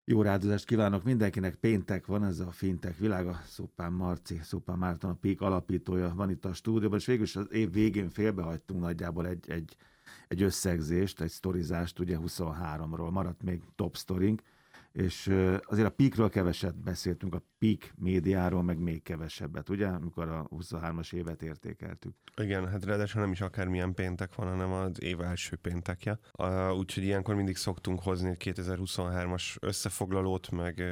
Jó rádozást kívánok mindenkinek, péntek van, ez a fintech világa, Szupán Marci, Szupán Márton, a Peak alapítója van itt a stúdióban, és végül is az év végén félbehagytunk nagyjából egy összegzést, egy sztorizást, ugye 23-ról, maradt még top sztorink, és azért a Peakről keveset beszéltünk, a Peak médiáról meg még kevesebbet, ugye, amikor a 23-as évet értékeltük. Igen, hát ráadásul nem is akármilyen péntek van, hanem az év első péntekje. Úgyhogy ilyenkor mindig szoktunk hozni egy 2023-as összefoglalót, meg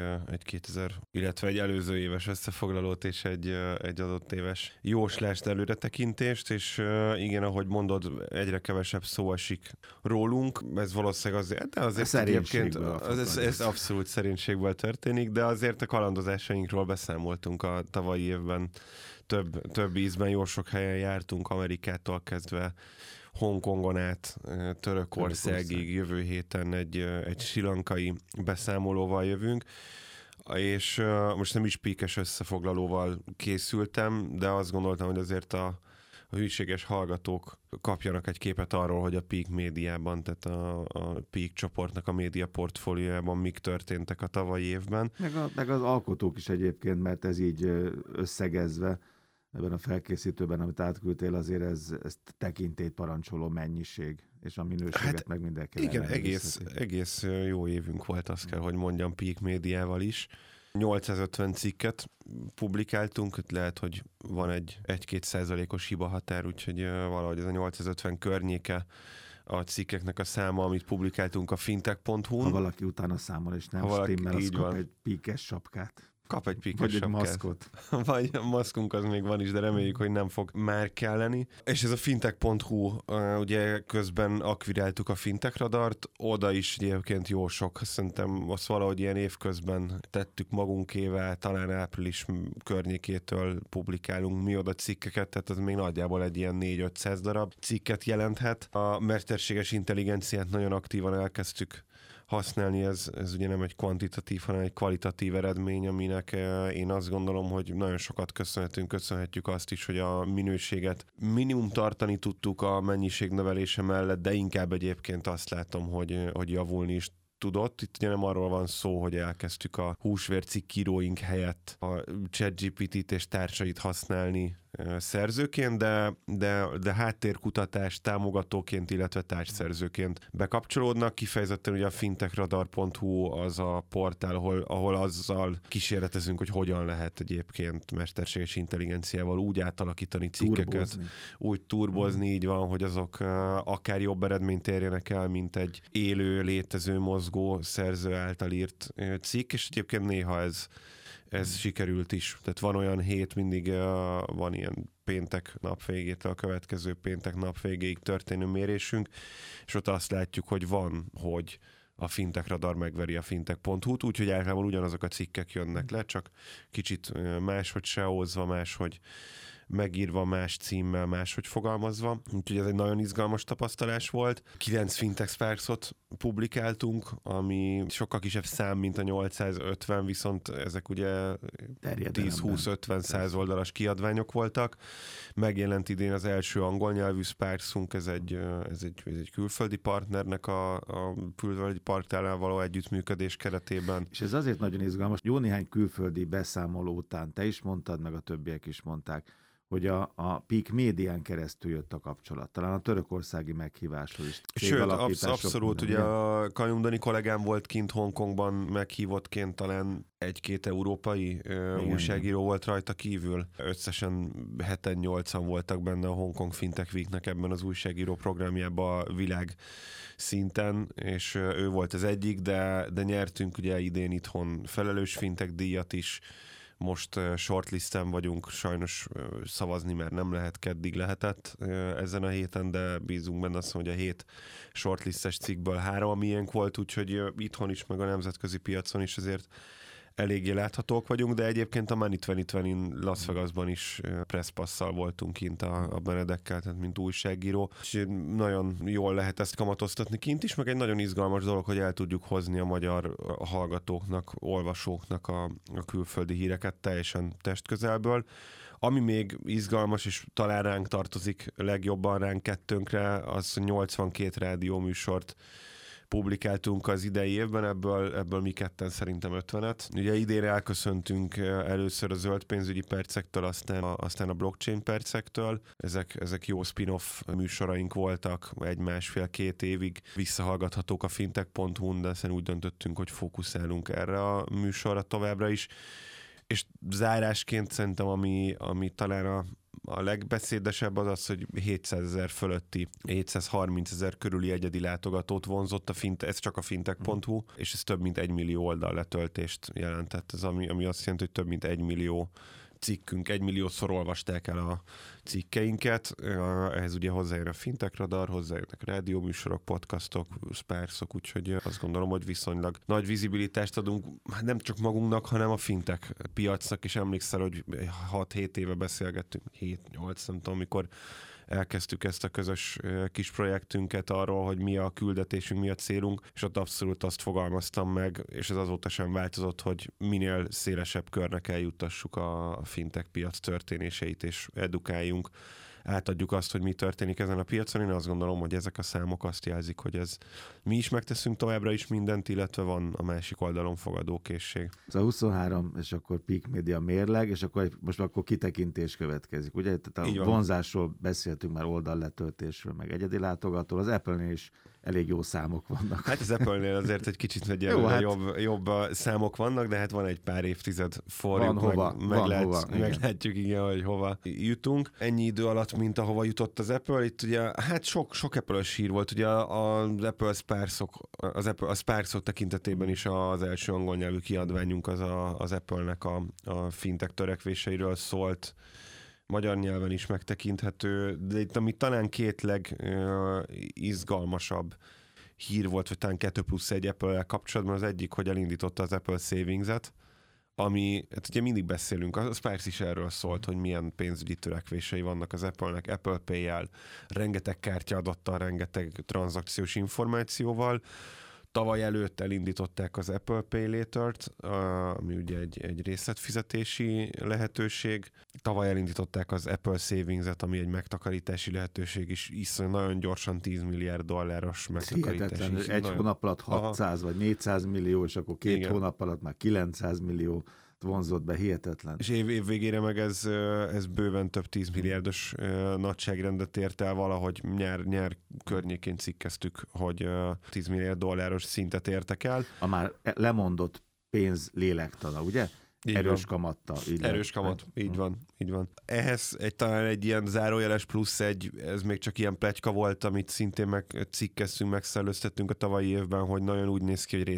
illetve egy előző éves összefoglalót és egy adott éves jóslást, előretekintést, és igen, ahogy mondod, egyre kevesebb szó esik rólunk, ez valószínűleg azért, de azért egyébként ez abszolút szerénységből történik, de azért a kalandozásainkról beszámoltunk a tavalyi évben, több ízben, jó sok helyen jártunk, Amerikától kezdve Hongkongon át, Törökországig, jövő héten egy srilankai beszámolóval jövünk, és most nem is píkes összefoglalóval készültem, de azt gondoltam, hogy azért a hűséges hallgatók kapjanak egy képet arról, hogy a Peak médiában, tehát a Peak csoportnak a média portfóliójában mik történtek a tavalyi évben. Meg az alkotók is egyébként, mert ez így összegezve, ebben a felkészítőben, amit átküldtél, azért ez tekintélyt parancsoló mennyiség, és a minőséget meg mindenki. Igen, egész jó évünk volt, azt kell, hogy mondjam, Peak médiával is. 850 cikket publikáltunk, lehet, hogy van egy 1-2%-os hiba határ, úgyhogy valahogy ez a 850 környéke a cikkeknek a száma, amit publikáltunk a fintech.hu-n. Ha valaki utána számol, és nem stimmel, az kap egy píkes sapkát. Kap egy píkes sapkát. Vagy egy maszkot. Vagy a maszkunk az még van is, de reméljük, hogy nem fog már kelleni. És ez a fintech.hu, ugye közben akviráltuk a Fintech Radart, oda is egyébként jó sok, szerintem azt valahogy ilyen évközben tettük magunkével, talán április környékétől publikálunk mi oda cikkeket, tehát az még nagyjából egy ilyen 400-500 darab cikket jelenthet. A mesterséges intelligenciát nagyon aktívan elkezdtük használni, ez ugye nem egy kvantitatív, hanem egy kvalitatív eredmény, aminek én azt gondolom, hogy nagyon sokat köszönhetjük azt is, hogy a minőséget minimum tartani tudtuk a mennyiség növelése mellett, de inkább egyébként azt látom, hogy javulni is tudott. Itt ugye nem arról van szó, hogy elkezdtük a húsvércikkíróink helyett a ChatGPT-t és társait használni szerzőként, de háttérkutatás támogatóként, illetve társszerzőként bekapcsolódnak. Kifejezetten ugye a fintechradar.hu az a portál, ahol azzal kísérletezünk, hogy hogyan lehet egyébként mesterséges intelligenciával úgy átalakítani cikkeket, úgy turbozni, így van, hogy azok akár jobb eredményt érjenek el, mint egy élő, létező, mozgó szerző által írt cikk, és egyébként néha ez sikerült is. Tehát van olyan hét, mindig van ilyen péntek napvégétől a következő péntek napvégéig történő mérésünk, és ott azt látjuk, hogy hogy a Fintech Radar megveri a fintech.hu-t, úgyhogy általában ugyanazok a cikkek jönnek le, csak kicsit máshogy SEO-zva, máshogy megírva, más címmel, máshogy fogalmazva. Úgyhogy ez egy nagyon izgalmas tapasztalás volt. 9 Fintech Sparks-ot publikáltunk, ami sokkal kisebb szám, mint a 850, viszont ezek ugye 10-20-50-100 oldalas kiadványok voltak. Megjelent idén az első angol nyelvű Sparksunk, ez egy külföldi partnernek a külföldi partnernel való együttműködés keretében. És ez azért nagyon izgalmas. Jó néhány külföldi beszámoló után te is mondtad, meg a többiek is mondták, hogy a Peak médián keresztül jött a kapcsolat. Talán a törökországi meghívásról is. Sőt, abszolút, ugye a Kajundani kollégám volt kint Hongkongban meghívottként, talán 1-2 európai újságíró volt rajta kívül. Összesen 7-8-an voltak benne a Hongkong Fintech Weeknek ebben az újságíró programjában világ szinten, és ő volt az egyik, de nyertünk ugye idén itthon felelős fintech díjat is. Most shortlisten vagyunk, sajnos szavazni már nem lehet, keddig lehetett ezen a héten, de bízunk benne azt, hogy a 7 shortlistes cikkből 3 a miénk volt, úgyhogy itthon is, meg a nemzetközi piacon is azért eléggé láthatók vagyunk, de egyébként a Money 2020-in Las Vegasban is presszpasszal voltunk kint a Benedekkel, tehát mint újságíró, és nagyon jól lehet ezt kamatoztatni kint is, meg egy nagyon izgalmas dolog, hogy el tudjuk hozni a magyar hallgatóknak, olvasóknak a külföldi híreket teljesen testközelből. Ami még izgalmas, és talán ránk tartozik legjobban ránk kettőnkre, az 82 rádióműsort publikáltunk az idei évben, ebből mi ketten szerintem 50-et. Ugye idén elköszöntünk először a zöld pénzügyi percektől, aztán a blockchain percektől. Ezek jó spin-off műsoraink voltak, 1,5-2 évig visszahallgathatók a fintech.hu-n, de aztán úgy döntöttünk, hogy fókuszálunk erre a műsorra továbbra is. És zárásként szerintem, ami talán a legbeszédesebb az, hogy 700 000 fölötti, 730 000 körüli egyedi látogatót vonzott ez csak a fintech.hu, és ez több mint 1 millió oldal letöltést jelentett. Ez ami azt jelenti, hogy több mint 1 millió cikkünk, 1 milliószor olvasták el a cikkeinket. Ehhez ugye hozzájön a Fintech Radar, hozzájönnek rádióműsorok, podcastok, Sparksok, úgyhogy azt gondolom, hogy viszonylag nagy vizibilitást adunk nem csak magunknak, hanem a fintech piacnak, és emlékszel, hogy 6-7 éve beszélgettünk, 7-8, nem tudom, amikor elkezdtük ezt a közös kis projektünket arról, hogy mi a küldetésünk, mi a célunk, és ott abszolút azt fogalmaztam meg, és ez azóta sem változott, hogy minél szélesebb körnek eljuttassuk a fintech piac történéseit, és edukáljunk, átadjuk azt, hogy mi történik ezen a piacon. Én azt gondolom, hogy ezek a számok azt jelzik, hogy mi is megteszünk továbbra is mindent, illetve van a másik oldalon fogadókészség. Ez a 23, és akkor Peak Media mérleg, és most akkor kitekintés következik. Ugye tehát a vonzásról beszéltünk már, oldalletöltésről, meg egyedi látogatóról. Az Apple-nél is elég jó számok vannak. Hát az Apple-nél azért egy kicsit jobb számok vannak, de hát van egy pár évtized forrjuk, meglátjuk, igen, hogy hova jutunk. Ennyi idő alatt, mint ahova jutott az Apple, itt ugye, hát sok Apple-ös hír volt, ugye az Apple Sparksok tekintetében is az első angol nyelvű kiadványunk az Apple-nek a fintech törekvéseiről szólt, magyar nyelven is megtekinthető, de itt ami talán két legizgalmasabb hír volt, vagy talán 2+1 Apple-el kapcsolatban, az egyik, hogy elindította az Apple Savings-et, ami, hát ugye mindig beszélünk, a Sparks is erről szólt, hogy milyen pénzügyi törekvései vannak az Apple-nek, Apple Pay-jel, rengeteg kártyaadattal, rengeteg tranzakciós információval. Tavaly előtt elindították az Apple Pay Later-t, ami ugye egy részletfizetési lehetőség. Tavaly elindították az Apple Savings-et, ami egy megtakarítási lehetőség is, iszonyú nagyon gyorsan $10 milliárd megtakarítás. Hihetetlen, egy hónap alatt 600 vagy 400 millió, és akkor 2 hónap alatt már 900 millió vonzott be, hihetetlen. És év végére meg ez bőven több 10 milliárdos nagyságrendet ért el, valahogy nyár környékén cikkeztük, hogy $10 milliárd szintet értek el. A már lemondott pénz lélektana, ugye? Erős kamattal. Erős kamat, így van. Ehhez talán egy ilyen zárójeles plusz ez még csak ilyen pletyka volt, amit szintén cikkeztünk, megszellőztettünk a tavalyi évben, hogy nagyon úgy néz ki, hogy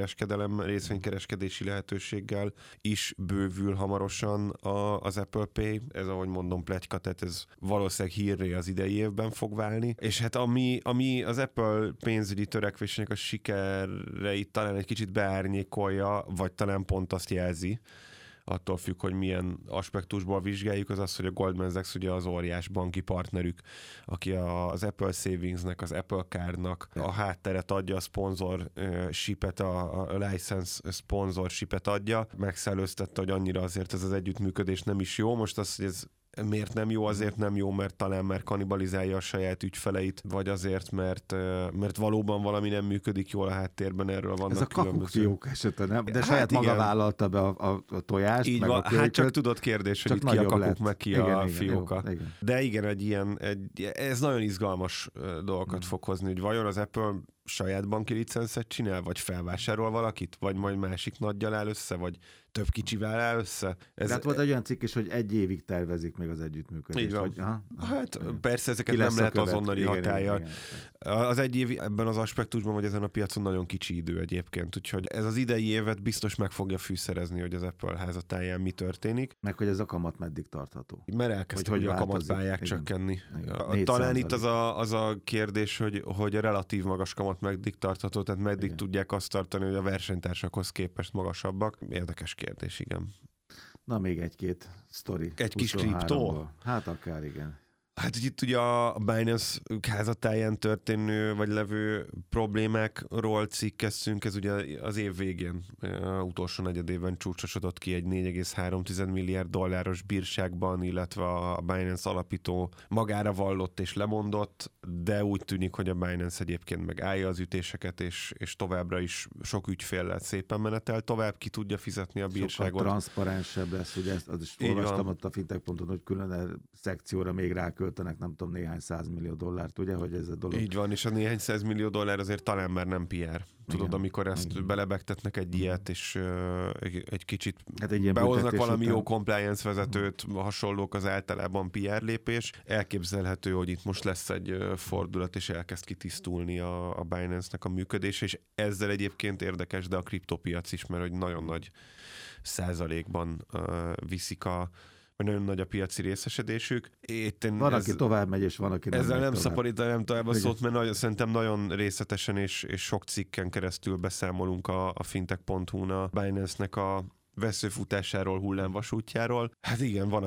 részvénykereskedési lehetőséggel is bővül hamarosan az Apple Pay. Ez, ahogy mondom, pletyka, tehát ez valószínűleg hírré az idei évben fog válni. És hát ami az Apple pénzügyi törekvésének a sikereit talán egy kicsit beárnyékolja, vagy talán pont azt jelzi, attól függ, hogy milyen aspektusból vizsgáljuk, az, hogy a Goldman Sachs ugye az óriás banki partnerük, aki az Apple Savingsnek, az Apple Cardnak a hátteret adja, a sponsorshipet, a license sponsorshipet adja. Megszellőztette, hogy annyira azért ez az együttműködés nem is jó. Most az, hogy ez miért nem jó? Azért nem jó, mert talán már kannibalizálja a saját ügyfeleit, vagy azért, mert valóban valami nem működik jól a háttérben, erről vannak ez a kakukfiók esete, nem? De hát saját igen. Maga vállalta be a tojást, így meg van. a kölyköt. Hát csak tudod kérdés, hogy itt ki a kakuk, lett. Meg ki a fióka. Igen. De igen, ez nagyon izgalmas dolgokat fog hozni, hogy vajon az Apple saját banki licenszet csinál, vagy felvásárol valakit, vagy majd másik nagyjal áll össze, vagy több kicsivel áll össze. Hát volt egy olyan cikk is, hogy 1 évig tervezik meg az együttműködést. Így van. Vagy, hát persze ezeket nem lehet azonnali hatállyal. Igen. Az 1 év ebben az aspektusban, vagy ezen a piacon nagyon kicsi idő egyébként, úgyhogy ez az idei évet biztos meg fogja fűszerezni, hogy az Apple házatáján mi történik. Meg hogy ez a kamat meddig tartható. Mert elkezdtek hogy a kamatpályák csökkenni. Talán itt az a kérdés, hogy a relatív magas kamat meddig tartható, tehát meddig tudják azt tartani, hogy a versenytársakhoz képest magasabbak. Érdekes kérdés, igen. Na még egy-két sztori. Egy kis kriptó? Hát akár igen. Hát itt ugye a Binance házatáján történő vagy levő problémákról cikkeztünk, ez ugye az év végén, utolsó negyedében csúcsosodott ki egy 4,3 milliárd dolláros bírságban, illetve a Binance alapító magára vallott és lemondott, de úgy tűnik, hogy a Binance egyébként meg állja az ütéseket, és továbbra is sok ügyféllel szépen menetel tovább, ki tudja fizetni a bírságot. Sokkal transzparensebb lesz, ugye az is olvastam ott a fintech.hu, hogy külön szekcióra még ráköltenek, nem tudom, néhány $100 millió, ugye, hogy ez a dolog. Így van, és a néhány $100 millió azért talán már nem PR. Tudod, igen, amikor ezt belebegtetnek egy ilyet, és egy kicsit behoznak valami jó compliance vezetőt, hasonlók az általában PR lépés. Elképzelhető, hogy itt most lesz egy fordulat, és elkezd kitisztulni a Binance-nek a működése, és ezzel egyébként érdekes, de a kriptopiac is, mert hogy nagyon nagy százalékban viszik nagyon nagy a piaci részesedésük. Van, aki tovább megy, és van, aki nem. Ezzel nem szaporítanám tovább a szót, mert szerintem nagyon részletesen és sok cikken keresztül beszámolunk a fintech.hu-n a Binance-nek a veszőfutásáról, hullámvasútjáról. Hát igen, van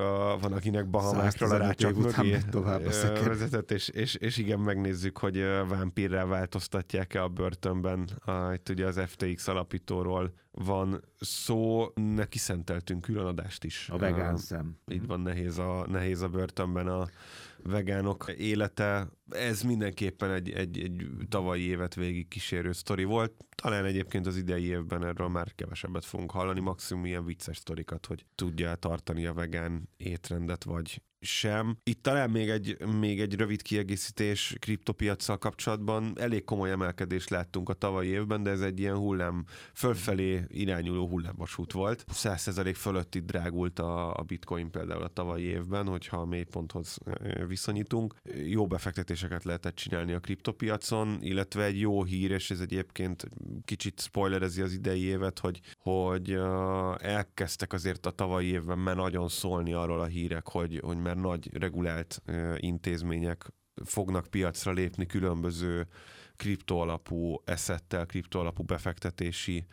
akinek Bahamákról a rácsok mögé vezetett, és igen, megnézzük, hogy vámpírrá változtatják-e a börtönben. Itt ugye az FTX alapítóról van szó, neki szenteltünk külön adást is. A vegán szem. Így van, nehéz a börtönben a vegánok élete. Ez mindenképpen egy tavalyi évet végig kísérő sztori volt. Talán egyébként az idei évben erről már kevesebbet fogunk hallani, maximum ilyen vicces sztorikat, hogy tudja tartani a vegán étrendet, vagy sem. Itt talán még egy rövid kiegészítés kriptopiacsal kapcsolatban. Elég komoly emelkedést láttunk a tavalyi évben, de ez egy ilyen fölfelé irányuló hullámvasút volt. 100% fölött itt drágult a bitcoin például a tavalyi évben, hogyha a mélyponthoz viszonyítunk. Jó befektetéseket lehetett csinálni a kriptopiacon, illetve egy jó hír, és ez egyébként kicsit spoilerezi az idei évet, hogy elkezdtek azért a tavalyi évben már nagyon szólni arról a hírek, hogy már nagy regulált intézmények fognak piacra lépni különböző kriptoalapú assettel, kriptoalapú befektetési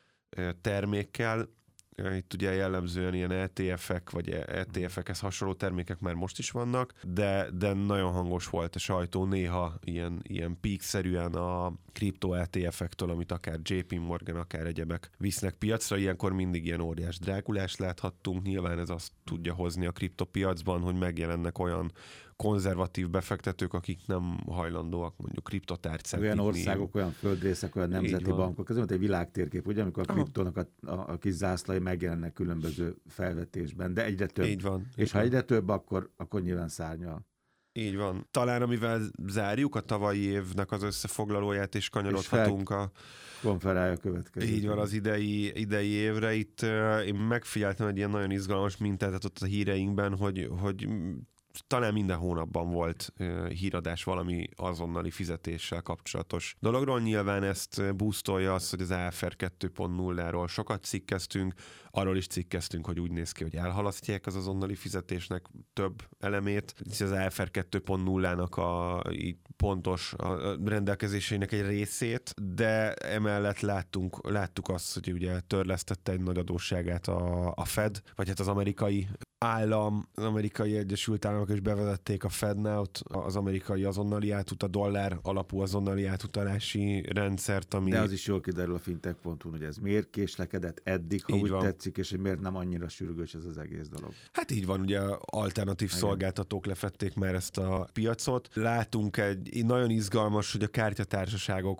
termékkel. Itt ugye jellemzően ilyen ETF-ek, vagy ETF-ekhez hasonló termékek már most is vannak, de nagyon hangos volt a sajtó néha ilyen peak-szerűen a kripto ETF-ektől, amit akár JP Morgan, akár egyebek visznek piacra. Ilyenkor mindig ilyen óriás drágulást láthattunk. Nyilván ez azt tudja hozni a kriptopiacban, hogy megjelennek olyan konzervatív befektetők, akik nem hajlandóak mondjuk kriptotárcát. Olyan országok, olyan földrészek, olyan nemzeti bankok, ez egy világtérkép, ugye, amikor a kriptónak a kis zászlai megjelennek különböző felvetésben, de egyre több. Így van. És ha egyre több, akkor nyilván szárnyal. Így van. Talán amivel zárjuk a tavalyi évnek az összefoglalóját, és kanyarodhatunk a konferálja következő. Így van, az idei évre. Itt én megfigyeltem egy ilyen nagyon izgalmas mintát ott a híreinkben, hogy talán minden hónapban volt híradás valami azonnali fizetéssel kapcsolatos dologról. Nyilván ezt boostolja az, hogy az AFR 2.0-ról sokat cikkeztünk, arról is cikkeztünk, hogy úgy néz ki, hogy elhalasztják az azonnali fizetésnek több elemét. Az AFR 2.0-nak a pontos rendelkezéseinek egy részét, de emellett láttuk azt, hogy ugye törlesztette egy nagy adósságát a Fed, vagy hát az amerikai állam, az amerikai Egyesült Államok is bevezették a FedNow-t, az amerikai azonnali átut, a dollár alapú azonnali átutalási rendszert, ami... De az is jól kiderül a fintech.hu, hogy ez miért késlekedett eddig, ha így úgy van. Tetszik, és hogy miért nem annyira sürgős ez az egész dolog. Hát így van, ugye alternatív szolgáltatók lefették már ezt a piacot. Látunk egy nagyon izgalmas, hogy a kártyatársaságok,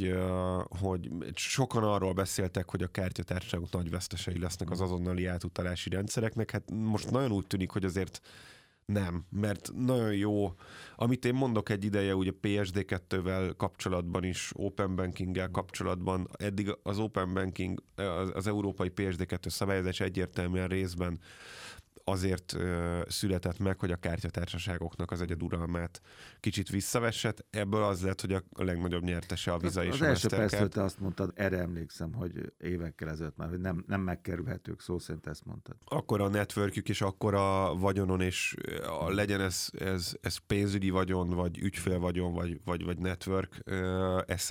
hogy sokan arról beszéltek, hogy a kártyatársaságok nagy vesztesei lesznek az azonnali átutalási rendszereknek. Hát most nagyon úgy tűnik, hogy azért nem, mert nagyon jó, amit én mondok egy ideje, ugye PSD2-vel kapcsolatban is, Open Banking-gel kapcsolatban, eddig az Open Banking, az európai PSD2 szabályozás egyértelműen részben azért született meg, hogy a kártyatársaságoknak az egyeduralmát kicsit visszavessett. Ebből az lett, hogy a legnagyobb nyertese a Visa és a Mastercard. Az első percről te azt mondtad, erre emlékszem, hogy évekkel ezelőtt már, hogy nem megkerülhetők, szó szerint ezt mondtad. Akkor a networkjük és akkor a vagyonon, és legyen ez pénzügyi vagyon, vagy ügyfélvagyon, vagy network asset,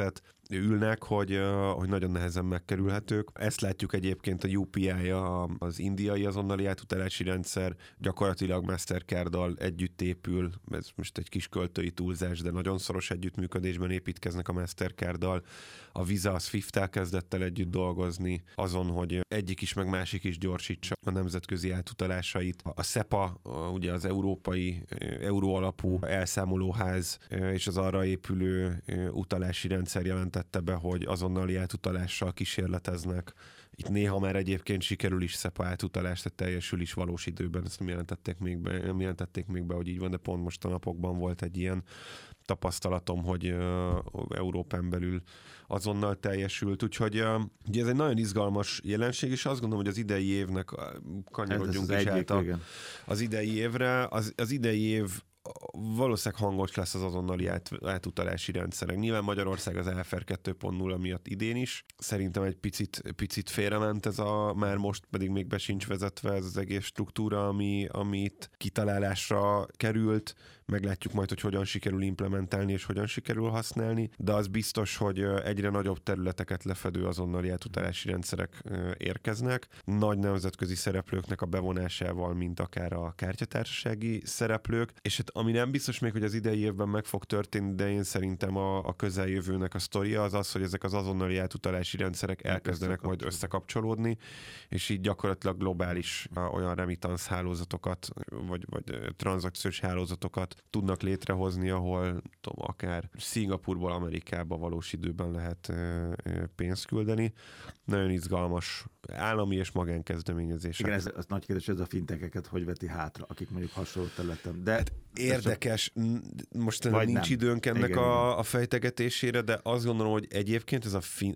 ülnek, hogy nagyon nehezen megkerülhetők. Ezt látjuk egyébként a UPI-ja, az indiai azonnali átutalási rendszer, gyakorlatilag Mastercard-dal együtt épül, ez most egy kis költői túlzás, de nagyon szoros együttműködésben építkeznek a Mastercard-dal. A Visa a Swift-tel kezdett el együtt dolgozni azon, hogy egyik is, meg másik is gyorsítsa a nemzetközi átutalásait. A SEPA, ugye az európai euró alapú elszámolóház és az arra épülő utalási rendszer jelentette be, hogy azonnali átutalással kísérleteznek. Itt néha már egyébként sikerül is SEPA átutalást, tehát teljesül is valós időben, ezt nem jelentették még be, hogy így van, de pont most a napokban volt egy ilyen tapasztalatom, hogy Európán belül azonnal teljesült, úgyhogy ugye ez egy nagyon izgalmas jelenség, és azt gondolom, hogy az idei évnek kanyarodjunk is át az idei évre. Az idei év valószínűleg hangos lesz az azonnali átutalási rendszerek. Nyilván Magyarország az AFR 2.0 miatt idén is. Szerintem egy picit félrement ez már most pedig még be sincs vezetve ez az egész struktúra, ami itt kitalálásra került. Meglátjuk majd, hogy hogyan sikerül implementálni és hogyan sikerül használni, de az biztos, hogy egyre nagyobb területeket lefedő azonnali átutalási rendszerek érkeznek. Nagy nemzetközi szereplőknek a bevonásával, mint akár a kártyatársasági szereplők, és hát ami nem biztos még, hogy az idei évben meg fog történni, de én szerintem a közeljövőnek a sztoria az, hogy ezek az azonnali átutalási rendszerek elkezdenek majd összekapcsolódni, és így gyakorlatilag globális olyan remittance hálózatokat, vagy tranzakciós hálózatokat tudnak létrehozni, ahol akár Szingapurból Amerikába valós időben lehet pénzt küldeni. Nagyon izgalmas állami és magánkezdeményezések. Igen, ez nagy kérdés, ez a fintekeket hogy veti hátra, akik mondjuk hasonló területen. De hát érdekes, most nincs időnk ennek a fejtegetésére, de azt gondolom, hogy egyébként ez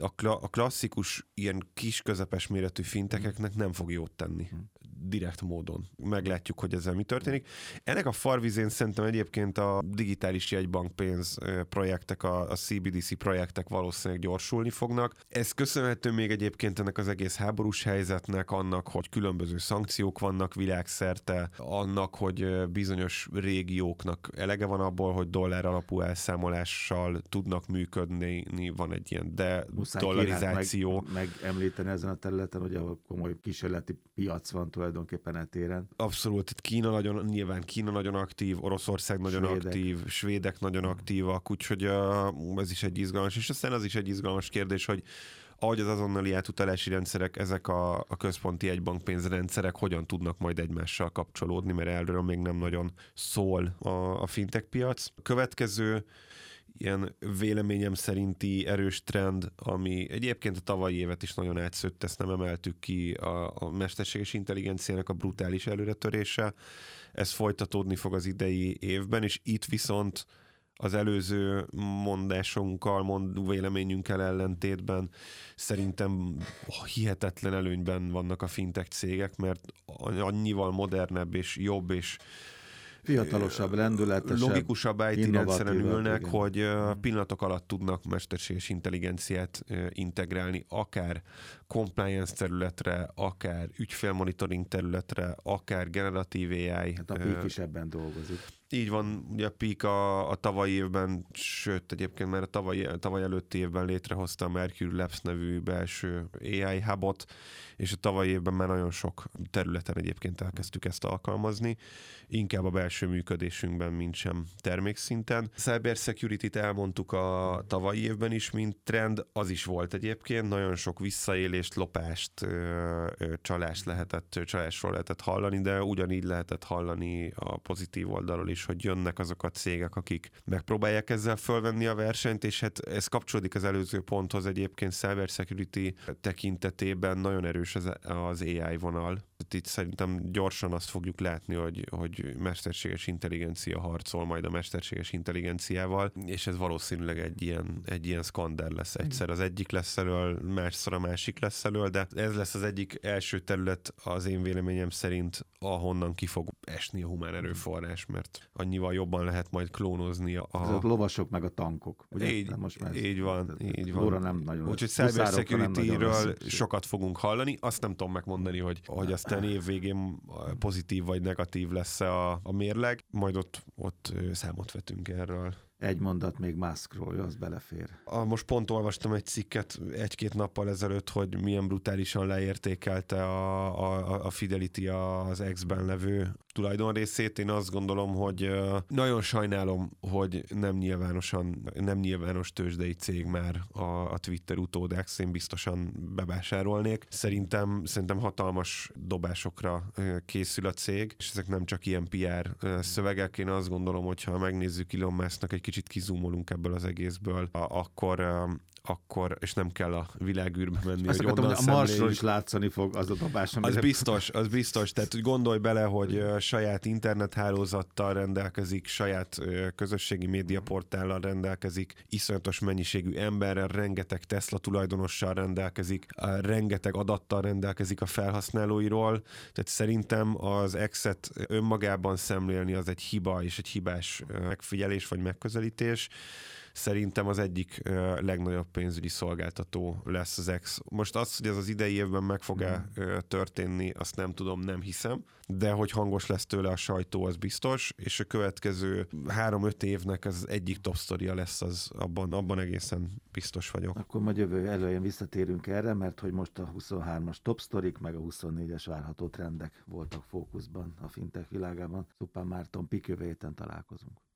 a klasszikus ilyen kis közepes méretű fintekeknek nem fog jót tenni. Direkt módon. Meglátjuk, hogy ezzel mi történik. Ennek a farvizén szerintem egyébként a digitális jegybankpénz projektek, a CBDC projektek valószínűleg gyorsulni fognak. Ez köszönhető még egyébként ennek az egész háborús helyzetnek, annak, hogy különböző szankciók vannak világszerte, annak, hogy bizonyos régióknak elege van abból, hogy dollár alapú elszámolással tudnak működni, van egy ilyen de-dollarizáció. Meg említeni ezen a területen, hogy ahol komoly kísérleti piac van tulajdonképpen etéren. Abszolút, nyilván Kína nagyon aktív, Oroszország nagyon aktív, svédek nagyon aktívak, úgyhogy ez is egy izgalmas, és aztán az is egy izgalmas kérdés, hogy ahogy az azonnali átutalási rendszerek, ezek a központi egybankpénzrendszerek hogyan tudnak majd egymással kapcsolódni, mert erről még nem nagyon szól a fintech piac. A következő ilyen véleményem szerinti erős trend, ami egyébként a tavalyi évet is nagyon átszőtt, ezt nem emeltük ki, a mesterséges intelligenciának a brutális előretörése. Ez folytatódni fog az idei évben, és itt viszont az előző mondásunkkal, véleményünkkel ellentétben szerintem hihetetlen előnyben vannak a fintech cégek, mert annyival modernebb és jobb és fiatalosabb, lendületesebb, logikusabb IT rendszeren ülnek, igen, hogy pillanatok alatt tudnak mesterséges intelligenciát integrálni, akár compliance területre, akár ügyfélmonitoring területre, akár generatív AI. Hát a PIK is ebben dolgozik. Így van, ugye a PIK a tavalyi évben, sőt egyébként már a tavaly előtti évben létrehozta a Mercury Labs nevű belső AI hubot, és a tavalyi évben már nagyon sok területen egyébként elkezdtük ezt alkalmazni, inkább a belső működésünkben, mint sem termékszinten. Cyber Security-t elmondtuk a tavalyi évben is, mint trend, az is volt egyébként, nagyon sok visszaélést, lopást, csalásról lehetett hallani, de ugyanígy lehetett hallani a pozitív oldalról is, hogy jönnek azok a cégek, akik megpróbálják ezzel fölvenni a versenyt, és hát ez kapcsolódik az előző ponthoz egyébként cyber security tekintetében nagyon erős az AI vonal. Itt szerintem gyorsan azt fogjuk látni, hogy mesterséges intelligencia harcol majd a mesterséges intelligenciával, és ez valószínűleg egy ilyen szkander lesz. Egyszer az egyik lesz elől, másszor a másik lesz elől, de ez lesz az egyik első terület az én véleményem szerint, ahonnan ki fog esni a humán erőforrás, mert annyival jobban lehet majd klónozni a lovasok meg a tankok. Ugye? Így van. Nem nagyon. Úgyhogy cyber security-ről sokat fogunk hallani. Azt nem tudom megmondani, hogy aztán évvégén pozitív vagy negatív lesz a mérleg. Majd ott számot vetünk erről. egy mondat még Muskról, az belefér. Most pont olvastam egy cikket 1-2 nappal ezelőtt, hogy milyen brutálisan leértékelte a Fidelity az X-ben levő tulajdonrészét. Én azt gondolom, hogy nagyon sajnálom, hogy nem nyilvános tőzsdei cég már a Twitter utód X, én biztosan bevásárolnék. Szerintem hatalmas dobásokra készül a cég, és ezek nem csak ilyen PR szövegek. Én azt gondolom, hogy ha megnézzük Elon Musknak, egy kicsit kizúmolunk ebből az egészből, akkor, és nem kell a világűrbe menni, azt hogy onnan a Marsról is látszani fog az a dobás. Az biztos, tehát gondolj bele, hogy saját internethálózattal rendelkezik, saját közösségi médiaportállal rendelkezik, iszonyatos mennyiségű emberrel, rengeteg Tesla tulajdonossal rendelkezik, rengeteg adattal rendelkezik a felhasználóiról, tehát szerintem az X-et önmagában szemlélni az egy hiba és egy hibás megfigyelés vagy megközelítés. Szerintem az egyik legnagyobb pénzügyi szolgáltató lesz az X. Most az, hogy ez az idei évben meg fog-e történni, azt nem tudom, nem hiszem, de hogy hangos lesz tőle a sajtó, az biztos, és a következő 3-5 évnek az egyik top sztoria lesz, az abban egészen biztos vagyok. Akkor majd jövő elején visszatérünk erre, mert hogy most a 23-as top sztorik, meg a 24-es várható trendek voltak fókuszban a fintech világában. Zupán Márton, jövő héten találkozunk.